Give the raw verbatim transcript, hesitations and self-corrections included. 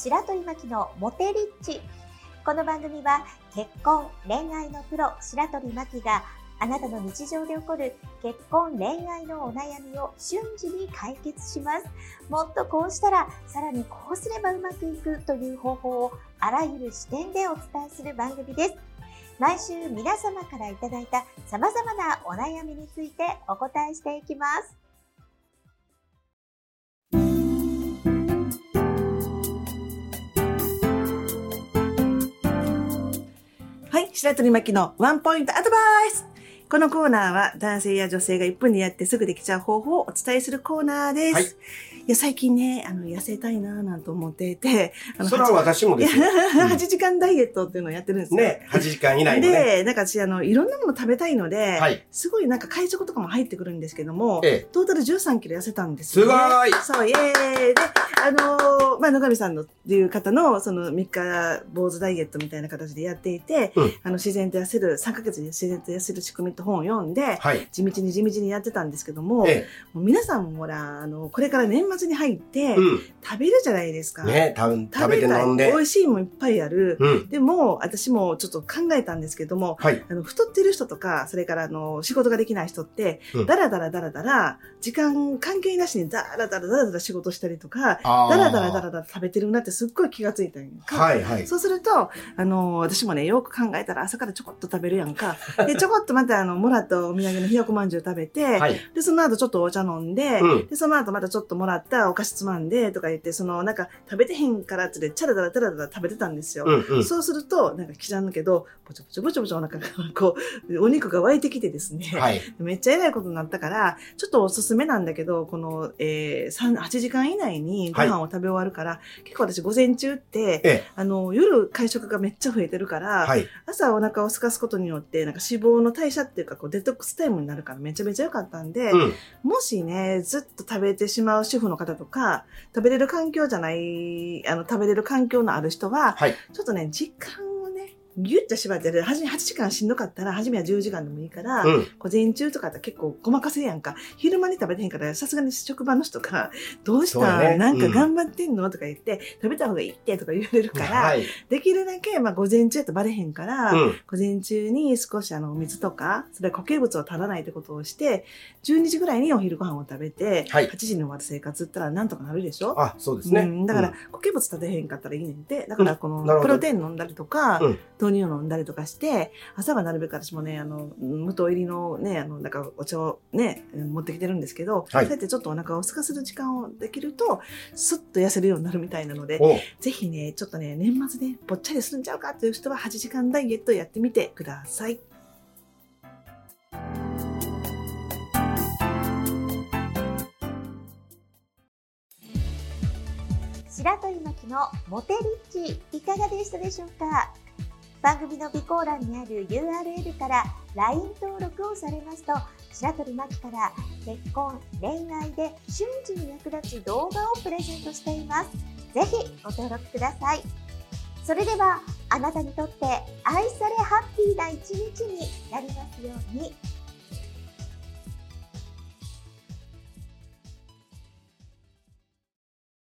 白鳥真希のモテリッチ。この番組は結婚恋愛のプロ白鳥真希があなたの日常で起こる結婚恋愛のお悩みを瞬時に解決します。もっとこうしたらさらにこうすればうまくいくという方法をあらゆる視点でお伝えする番組です。毎週皆様からいただいた様々なお悩みについてお答えしていきます。 はい、白鳥真希のワンポイントアドバイス。このコーナーは男性や女性がいっぷんでやってすぐできちゃう方法をお伝えするコーナーです。はい、いや最近ね、あの痩せたいなぁなんて思っていて、あのそれは私もですよ。 はちじかんダイエットっていうのをやってるんですよ。 ね、はちじかん以内のね。 で、なんか私あのいろんなもの食べたいので、はい、すごいなんか会食とかも入ってくるんですけども、ええ、トータルじゅうさんキロ痩せたんですよ、ね。 すごーい。 そうイエーイで、あのー、まあ野上さんのっていう方のそのみっか坊主ダイエットみたいな形でやっていて、うん、あの自然と痩せるさんかげつで自然と痩せる仕組みと本を読んで。はい、地道に地道にやってたんですけども、ええ、もう皆さんもほらあのこれから年末に入って、うん、食べるじゃないですか。 ね、食べて飲んで美味しいもんいっぱいある。うん、でも私もちょっと考えたんですけども、はい、あの太ってる人とかそれからあの仕事ができない人って、うん、だらだらだらだら時間関係なしにだらだらだらだら仕事したりとか、だらだらだらだら食べてるなってすっごい気がついたんやんか。はいはい、そうするとあの私もねよく考えたら朝からちょこっと食べるやんか。でちょこっとまたあのもらったお土産のひよこまんじゅう食べて、はい、で、その後ちょっとお茶飲んで、うん、で、その後またちょっともらったお菓子つまんで、とか言って、その、なんか、食べてへんからってで、チャラダラチャラダラ食べてたんですよ。うんうん、そうすると、なんか刻んだけど、ぼちょぼちょぼちょぼちょお腹が、こう、お肉が湧いてきてですね、はい、めっちゃ偉いことになったから、ちょっとおすすめなんだけど、この、えー、はちじかん以内にご飯を食べ終わるから、はい、結構私午前中って、ええ、あの、夜会食がめっちゃ増えてるから、はい、朝お腹を空かすことによって、なんか脂肪の代謝っていうか、こう、デトックスタイムになるからめちゃめちゃ良かったんで、うん、もしね、ずっと食べてしまう主婦の方とか、食べれる環境じゃない、あの、食べれる環境のある人は、はい、ちょっとね、時間をね、ギュッと縛って、はちじかんしんどかったら、初めはじゅうじかんでもいいから、うん、午前中とかって結構ごまかせやんか。昼間に食べてへんから、さすがに職場の人から、どうした、ね、なんか頑張ってんの、うん、とか言って、食べた方がいいってとか言われるから、はい、できるだけ、まあ午前中やとバレへんから、うん、午前中に少しあの、お水とか、それは固形物を足らないってことをして、じゅうにじぐらいにお昼ご飯を食べて、はい、はちじに終わる生活ったらなんとかなるでしょ。 あ、そうですね。うん、 だから、固形物食べへんかったらいいねんて。だからこの、プロテイン飲んだりとか、うん、豆乳を飲んだりとかして、朝はなるべく私もね、あの、無糖入りのね、あの、なんかお茶をね、持ってきてるんですけど、はい、そうやってちょっとお腹を空かせる時間をできると、スッと痩せるようになるみたいなので、ぜひね、ちょっとね、年末ね、ぽっちゃりするんちゃうかっていう人ははちじかんダイエットやってみてください。 白鳥真希のモテリッチいかがでしたでしょうか。番組の備考欄にある ユーアールエル から ライン 登録をされますと、白鳥真希から結婚、恋愛で瞬時に役立つ動画をプレゼントしています。ぜひご登録ください。それではあなたにとって愛されハッピーな一日になりますように。